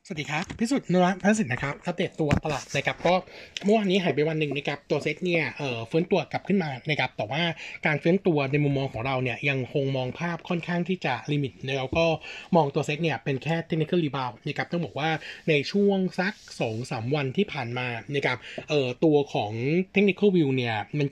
สวัสดีครับพิสุทธิ์นรพัฒน์สินนะครับอัปเดตตัวตลาดนะครับก็เมื่อวานนี้หายไปวันหนึ่งนะครับตัวเซ็ตเนี่ยฟื้นตัวกลับขึ้นมานะครับแต่ว่าการฟื้นตัวในมุมมองของเราเนี่ยยังคงมองภาพค่อนข้างที่จะลิมิตแล้วก็มองตัวเซ็ตเนี่ยเป็นแค่ technical rebound นะครับต้องบอกว่าในช่วงสัก 2-3 วันที่ผ่านมานะครับตัวของ technical view เนี่ยมัน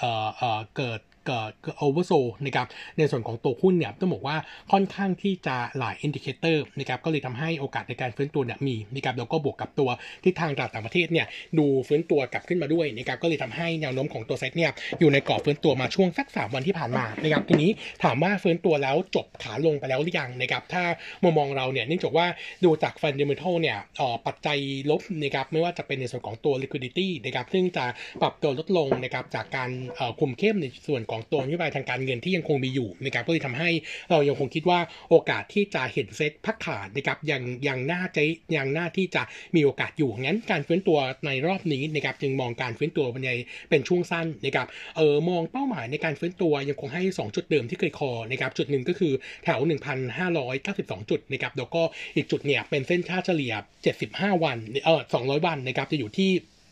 เกิดโอเวอร์โซนะครับในส่วนของตัวหุ้นเนี่ยต้องบอกว่าค่อนข้างที่จะหลายอินดิเคเตอร์นะครับก็เลยทำให้โอกาสในการฟื้นตัวเนี่ยมีนะครับแล้วก็บวกกับตัวทิศทางตลาดต่างประเทศเนี่ยดูฟื้นตัวกลับขึ้นมาด้วยนะครับก็เลยทำให้แนวโน้มของตัวเซ็ตเนี่ยอยู่ในกรอบฟื้นตัวมาช่วงสัก3วันที่ผ่านมานะครับทีนี้ถามว่าฟื้นตัวแล้วจบขาลงไปแล้วหรือยังนะครับถ้ามุมมองเราเนี่ยเนื่องจากว่าดูจากฟันเดเมนทัลเนี่ยปัจจัยลบนะครับไม่ว่าจะเป็นในส่วนของตัว liquidity นะครับซึ่งจะปรับตัวลดลงนะครับจากการคุมเข้มในส่วนของตัวนโยบายทางการเงินที่ยังคงมีอยู่นะครับก็เลยทำให้เรายังคงคิดว่าโอกาสที่จะเห็นเซ็ตพักฐานนะครับยังน่าที่จะมีโอกาสอยู่งั้นการฟื้นตัวในรอบนี้นะครับจึงมองการฟื้นตัวเป็นช่วงสั้นนะครับมองเป้าหมายในการฟื้นตัวยังคงให้2จุดเดิมที่เคยคอนะครับจุดหนึ่งก็คือแถว 1,592 จุดนะครับแล้วก็อีกจุดเนี่ยเป็นเส้นค่าเฉลี่ย75วัน200วันนะครับจะอยู่ที่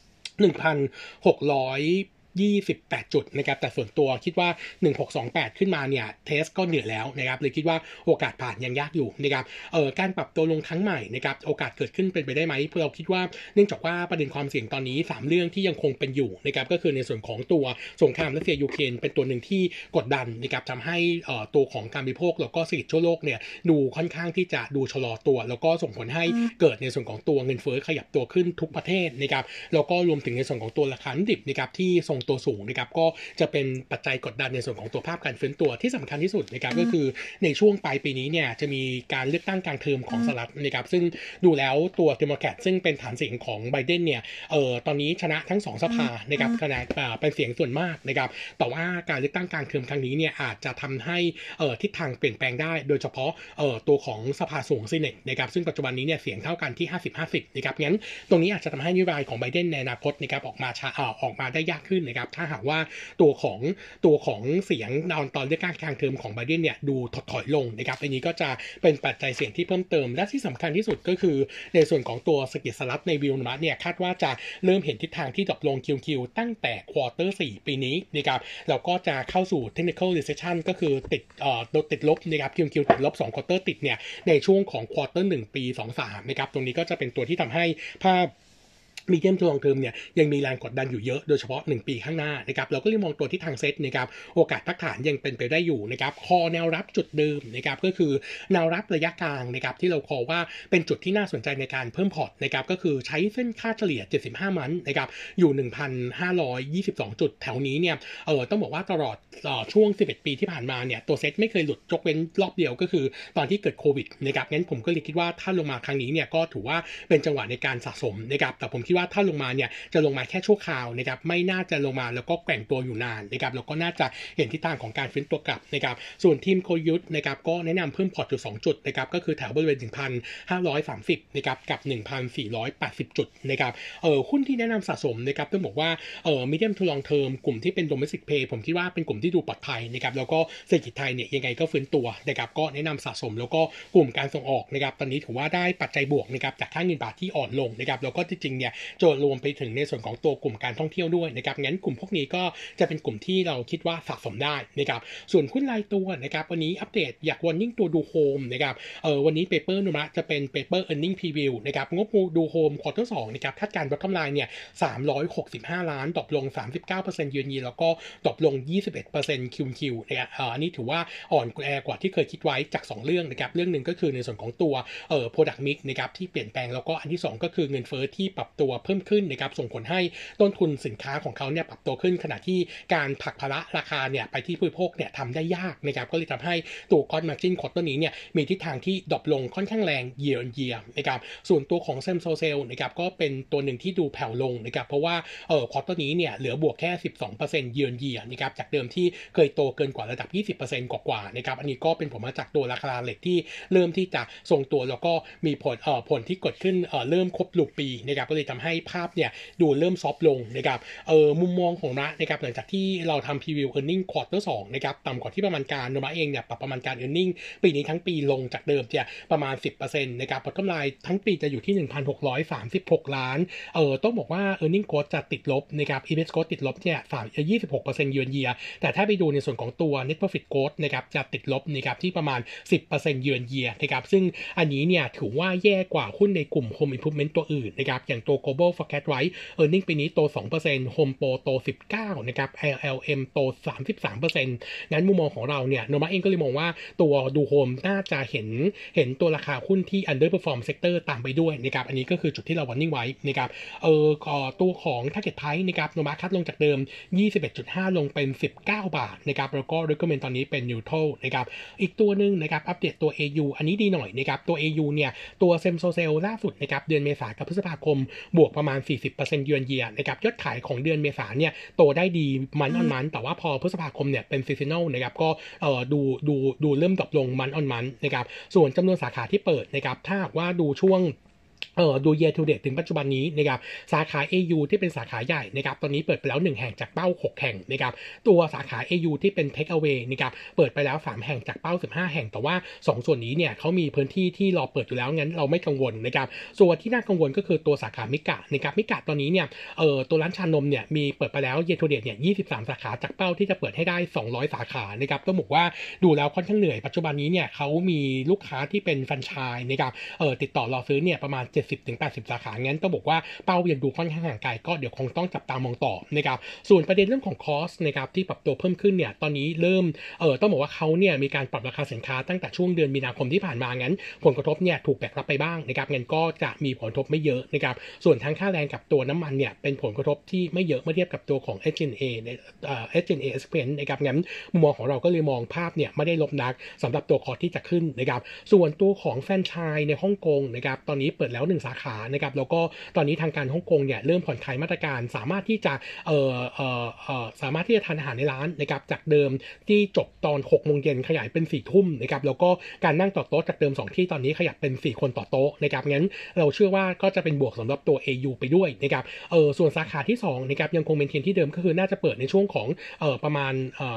1,600 28 จุดนะครับแต่ส่วนตัวคิดว่า1628ขึ้นมาเนี่ยเทสก็เหนือแล้วนะครับเลยคิดว่าโอกาสผ่านยังยากอยู่นะครับการปรับตัวลงครั้งใหม่นะครับโอกาสเกิดขึ้นเป็นไปได้ไหมเพราะเราคิดว่าเนื่องจากว่าประเด็นความเสี่ยงตอนนี้3เรื่องที่ยังคงเป็นอยู่นะครับก็คือในส่วนของตัวสงครามรัสเซียยูเครนเป็นตัวหนึ่งที่กดดันนะครับทำให้ตัวของการบริโภคแล้วก็เศรษฐกิจทั่วโลกเนี่ยดูค่อนข้างที่จะดูชะลอตัวแล้วก็ส่งผลให้เกิดในส่วนของตัวเงินเฟ้อขยับตัวขึ้นทุกประเทศนะครับแล้วก็รวมถึงในส่วนของตัวราคาดิบนะครับที่ทรงตัวสูงนะครับก็จะเป็นปัจจัยกดดันในส่วนของตัวภาพการฟื้นตัวที่สำคัญที่สุดนะครับก็คือในช่วงปลายปีนี้เนี่ยจะมีการเลือกตั้งกลางเทอมของสหรัฐนะครับซึ่งดูแล้วตัวเดโมแครตซึ่งเป็นฐานเสียงของไบเดนเนี่ยตอนนี้ชนะทั้ง2สภานะครับคะแนนเป็นเสียงส่วนมากนะครับแต่ว่าการเลือกตั้งกลางเทอมครั้งนี้เนี่ยอาจจะทำให้ทิศทางเปลี่ยนแปลงได้โดยเฉพาะตัวของสภาสูงซีเนตนะครับซึ่งปัจจุบันนี้เนี่ยเสียงเท่ากันที่50-50นะครับงั้นตรงนี้อาจจะทำให้นโยบายของไบเดนในอนาคตนะครับออกมาได้ยากขึ้นนะครับถ้าหากว่าตัวของเสียงตอนเลือกตั้งกลางเทอมของไบเดนเนี่ยดูถดถอยลงนะครับอันนี้ก็จะเป็นปัจจัยเสี่ยงที่เพิ่มเติมและที่สำคัญที่สุดก็คือในส่วนของตัวเศรษฐกิจสหรัฐในวิวนะเนี่ยคาดว่าจะเริ่มเห็นทิศทางที่ดรอปลง QQ ตั้งแต่ควอเตอร์4ปีนี้นะครับแล้วก็จะเข้าสู่ technical recession ก็คือติดลบนะครับ QQ ติดลบ2ควอเตอร์ติดเนี่ยในช่วงของควอเตอร์1ปี23นะครับตรงนี้ก็จะเป็นตัวที่ทำให้ภาพมีเดียมตัวลองเทอมเนี่ยยังมีแรงกดดันอยู่เยอะโดยเฉพาะ1ปีข้างหน้านะครับเราก็เลยมองตัวที่ทางเซตนะครับโอกาสพักฐานยังเป็นไปได้อยู่นะครับคอแนวรับจุดเดิมนะครับก็คือแนวรับระยะกลางนะครับที่เราคอว่าเป็นจุดที่น่าสนใจในการเพิ่มพอร์ตนะครับก็คือใช้เส้นค่าเฉลี่ย75มันนะครับอยู่ 1,522 จุดแถวนี้เนี่ยต้องบอกว่าตลอดช่วง11ปีที่ผ่านมาเนี่ยตัวเซตไม่เคยหลุดยกเว้นรอบเดียวก็คือตอนที่เกิดโควิดนะครับงั้นผมก็เลยคิดว่าถ้าลงมาครั้งนี้เนี่ยก็ถือว่าเป็นจังหวะในการสะสมนะครับแต่ผมคิดว่าถ้าลงมาเนี่ยจะลงมาแค่ชั่วคราวนะครับไม่น่าจะลงมาแล้วก็แกว่งตัวอยู่นานนะครับแล้วก็น่าจะเห็นทิศทางของการฟื้นตัวกลับนะครับส่วนทีมโคยุทธนะครับก็แนะนำเพิ่มพอร์ตจุด2จุดนะครับก็คือแถวบริเวณ 1,530 นะครับกับ 1,480 จุดนะครับหุ้นที่แนะนำสะสมนะครับต้องบอกว่าmedium to long term กลุ่มที่เป็น domestic play ผมคิดว่าเป็นกลุ่มที่ดูปลอดภัยนะครับแล้วก็เศรษฐกิจไทยเนี่ยยังไงก็ฟื้นตัวนะครับก็แนะนำสะสมแล้วก็กลุ่มการส่งออกนะครับตอนนี้ถือว่าได้ปัจจัยบวกนะครับจากค่าเงินบาทที่อ่อนลงนะครับแล้วก็จริงๆเนี่ยจะรวมไปถึงในส่วนของตัวกลุ่มการท่องเที่ยวด้วยนะครับงั้นกลุ่มพวกนี้ก็จะเป็นกลุ่มที่เราคิดว่าสะสมได้นะครับส่วนหุ้นรายตัวนะครับวันนี้อัปเดตอยากวอร์นิ่งตัวดูโฮมนะครับวันนี้เปเปอร์นุมะจะเป็นเปเปอร์ earning preview นะครับงบดูโฮมควอเตอร์2นะครับคาดการณ์ bottom line เนี่ย365ล้านดรอปลง 39% year-on-year แล้วก็ดรอปลง 21% QQ นะครับอันนี้ถือว่าอ่อนแอกว่าที่เคยคิดไว้จาก2เรื่องนะครับเรื่องนึงก็คือในส่วนของตัวproduct mix นะครับที่เปลี่ยนแปลงแล้วก็อันที่2ก็คือเงินเฟ้อที่ปรับตัวเพิ่มขึ้นนะครับส่งผลให้ต้นทุนสินค้าของเขาเนี่ยปรับตัวขึ้นขณะที่การผลักภาระราคาเนี่ยไปที่ผู้บริโภคเนี่ยทำได้ยากนะครับก็เลยทำให้ตัว cost margin quarter นี้เนี่ยมีทิศทางที่ดรอปลงค่อนข้างแรง year on year นะครับส่วนตัวของ Same Store Sale นะครับก็เป็นตัวหนึ่งที่ดูแผ่วลงนะครับเพราะว่าquarter นี้เนี่ยเหลือบวกแค่ 12% year on year นะครับจากเดิมที่เคยโตเกินกว่าระดับ 20% กว่าๆนะครับอันนี้ก็เป็นผลมาจากตัวราคาเหล็กที่เริ่มที่จะทรงตัวแล้วก็มีผลที่เกิดขึ้นเริ่มครบลูปปีนะครับก็เลยทำให้ภาพเนี่ยดูเริ่มซอฟลงนะครับมุมมองของนะครับหลังจากที่เราทำพรีวิว earning quarter 2นะครับต่ำกว่าที่ประมาณการเองเนี่ยปรับประมาณการ earning ปีนี้ทั้งปีลงจากเดิมจะประมาณ 10% นะครับ bottom line ทั้งปีจะอยู่ที่ 1,636 ล้านต้องบอกว่า earning growth จะติดลบนะครับ EPS growth ติดลบเนี่ย26% year on year แต่ถ้าไปดูในส่วนของตัว net profit growth นะครับจะติดลบนะครับที่ประมาณ 10% year on year นะครับซึ่งอันนี้เนี่ยถือว่าแย่กว่าหุ้นในกลุ่ม home improvement ตัวอื่นนะครับอย่างตัว global forecast ไว้ earning ปีนี้โต 2% home pro โต 19% นะครับ LLM โต 33% งั้นมุมมองของเราเนี่ยโนมาเองก็เลยมองว่าตัวดูโฮมน่าจะเห็นตัวราคาหุ้นที่ underperform sector ตามไปด้วยนะครับอันนี้ก็คือจุดที่เรา warning ไว้นะครับตัวของ target price นะครับโนมาคัดลงจากเดิม 21.5 ลงเป็น19 บาทนะครับแล้วก็ recommend ตอนนี้เป็น neutral นะครับอีกตัวนึงนะครับอัปเดตตัว AU อันนี้ดีหน่อยนะครับตัว AU เนี่ยตัว Semso Sale ล่าสุดนะครับเดือนเมษายนกับพฤษภาคมบวกประมาณ 40% year on year นะครับยอดขายของเดือนเมษายนเนี่ยโตได้ดีมันออนมันแต่ว่าพอพฤษภาคมเนี่ยเป็น seasonal นะครับก็ดูเริ่มดรอปลงมันออนมันนะครับส่วนจำนวนสาขาที่เปิดนะครับถ้าหากว่าดูช่วงดู year to date ถึงปัจจุบันนี้นะครับสาขา AU ที่เป็นสาขาใหญ่นะครับตอนนี้เปิดไปแล้ว1แห่งจากเป้า6แห่งนะครับตัวสาขา AU ที่เป็น take away นะครับเปิดไปแล้ว3แห่งจากเป้า15แห่งแต่ว่า2ส่วนนี้เนี่ยเขามีพื้นที่ที่รอเปิดอยู่แล้วงั้นเราไม่กังวลนะครับส่วนที่น่ากังวลก็คือตัวสาขามิกะนะครับมิกะตอนนี้เนี่ยตัวร้านชานมเนี่ยมีเปิดไปแล้ว year to date เนี่ย23สาขาจากเป้าที่จะเปิดให้ได้200สาขานะครับต้องบอกว่าดูแล้วค่อนข้างเหนื่อยปัจจุบันนี้เนี่ยเขามีลูกค้าที่เป็นแฟรนไชส์นะครับติดต่อรอซื้อเนี่ยประมาณ70-80 สาขางั้นต้องบอกว่าเป้ายังดูค่อนข้างห่างไกลก็เดี๋ยวคงต้องจับตามองต่อนะครับส่วนประเด็นเรื่องของคอสนะครับที่ปรับตัวเพิ่มขึ้นเนี่ยตอนนี้เริ่มต้องบอกว่าเขาเนี่ยมีการปรับราคาสินค้าตั้งแต่ช่วงเดือนมีนาคมที่ผ่านมางั้นผลกระทบเนี่ยถูกแบกรับไปบ้างนะครับงั้นก็จะมีผลกระทบไม่เยอะนะครับส่วนทั้งค่าแรงกับตัวน้ำมันเนี่ยเป็นผลกระทบที่ไม่เยอะเมื่อเทียบกับตัวของ SG&A ในSG&A expense นะครับงั้นมุมมองของเราก็เลยมองภาพเนี่ยไม่ได้ลบนักสำหรับตัวคอสที่จะขึ้นนะครับส่วนตัวของแฟรนไชส์ในฮ่องกงนะครับตอนนี้เปิดแล้ว1สาขานะครับแล้วก็ตอนนี้ทางการฮ่องกงเนี่ยเริ่มผ่อนคลายมาตรการสามารถที่จะทานอาหารในร้านนะครับจากเดิมที่จบตอน6โมงเย็นขยายเป็น4ทุ่มนะครับแล้วก็การนั่งต่อโต๊ะจากเดิม2ที่ตอนนี้ขยับเป็น4คนต่อโต๊ะนะครับงั้นเราเชื่อว่าก็จะเป็นบวกสำหรับตัว AU ไปด้วยนะครับส่วนสาขาที่2นะครับยังคงเป็นเทรนที่เดิมก็คือน่าจะเปิดในช่วงของประมาณ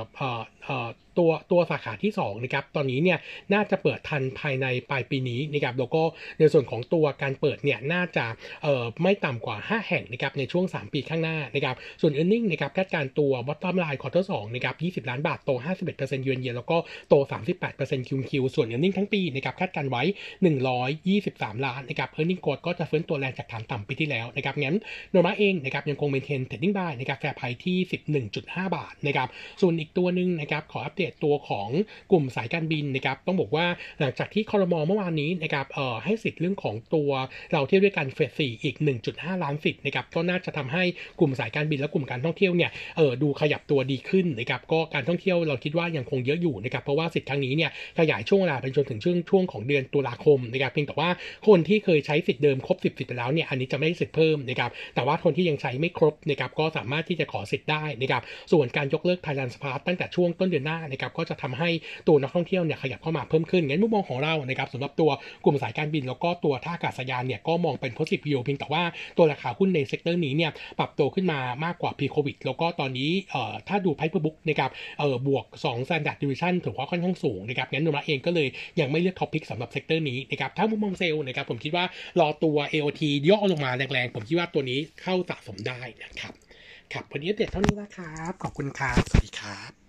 ตัวสาขาที่2นะครับตอนนี้เนี่ยน่าจะเปิดทันภายในปลายปีนี้นะครับแล้วก็ในส่วนของตัวการเปิดเนี่ยน่าจะไม่ต่ำกว่า5แห่งนะครับในช่วง3ปีข้างหน้านะครับส่วน earning นะครับคาดการตัว bottom line quarter 2นะครับ20ล้านบาทโต 51% year on year แล้วก็โต 38% QQ ส่วน earning ทั้งปีนะครับคาดการไว้123ล้านนะครับ earning growth ก็จะฟื้นตัวแรงจากฐานต่ำปีที่แล้วนะครับงั้นโนมาเองนะครับยังคง maintain trading buy นะครับ fair price ที่ 11.5 บาทนะครับส่วนอีกตัวนึงนะครับขออัปเดตตัวของกลุ่มสายการบินนะครับต้องบอกว่าหลังจากที่ครม.เมื่อวานนี้นะครับให้สิทธิ์เรื่องของตัวเราเที่ยวด้วยกันเฟส4อีก 1.5 ล้านสิทธิ์นะครับก็น่าจะทำให้กลุ่มสายการบินและกลุ่มการท่องเที่ยวเนี่ยดูขยับตัวดีขึ้นนะครับก็การท่องเที่ยวเราคิดว่ายังคงเยอะอยู่นะครับเพราะว่าสิทธิ์ครั้งนี้เนี่ยขยายช่วงเวลาเป็นจนถึงช่วงของเดือนตุลาคมนะครับเพียงแต่ว่าคนที่เคยใช้สิทธิ์เดิมครบ10สิทธิ์ไปแล้วเนี่ยอันนี้จะไม่ได้สิทธิ์เพิ่มนะครับแต่ว่าคนที่ยังใช้ไม่ครบนะครับก็สามารถที่จะขอสิทธิ์ได้นะครับส่วนการยกเลิก Thailand Pass ตั้งแต่ช่วงต้นเดือนหน้านะครับก็จะทำให้ตัวนักท่องเที่ยวเนี่ยขยับเข้ามาเพิ่มขึ้นงั้นมุมมองของเรานะครับสำหรับตัวกลุ่มสายการบินแล้วก็ตัวท่าอากาศยานเนี่ยก็มองเป็น positive view เพียงแต่ว่าตัวราคาหุ้นในเซกเตอร์นี้เนี่ยปรับตัวขึ้นมามากกว่า pre-covid แล้วก็ตอนนี้ถ้าดู price per book นะครับบวก2 standard deviation ถือว่าค่อนข้างสูงนะครับงั้นโนราเองก็เลยยังไม่เลือก topic สำหรับเซกเตอร์นี้นะครับถ้ามุมมองเซลล์นะครับผมคิดว่ารอตัว AOT ย่อลงมาแรงๆผมคิดว่าตัวนี้เข้าสะสมได้นะครับครับวันนี้อัปเดตเท่านี้นะครับขอบคุณครับสวัสดีครับ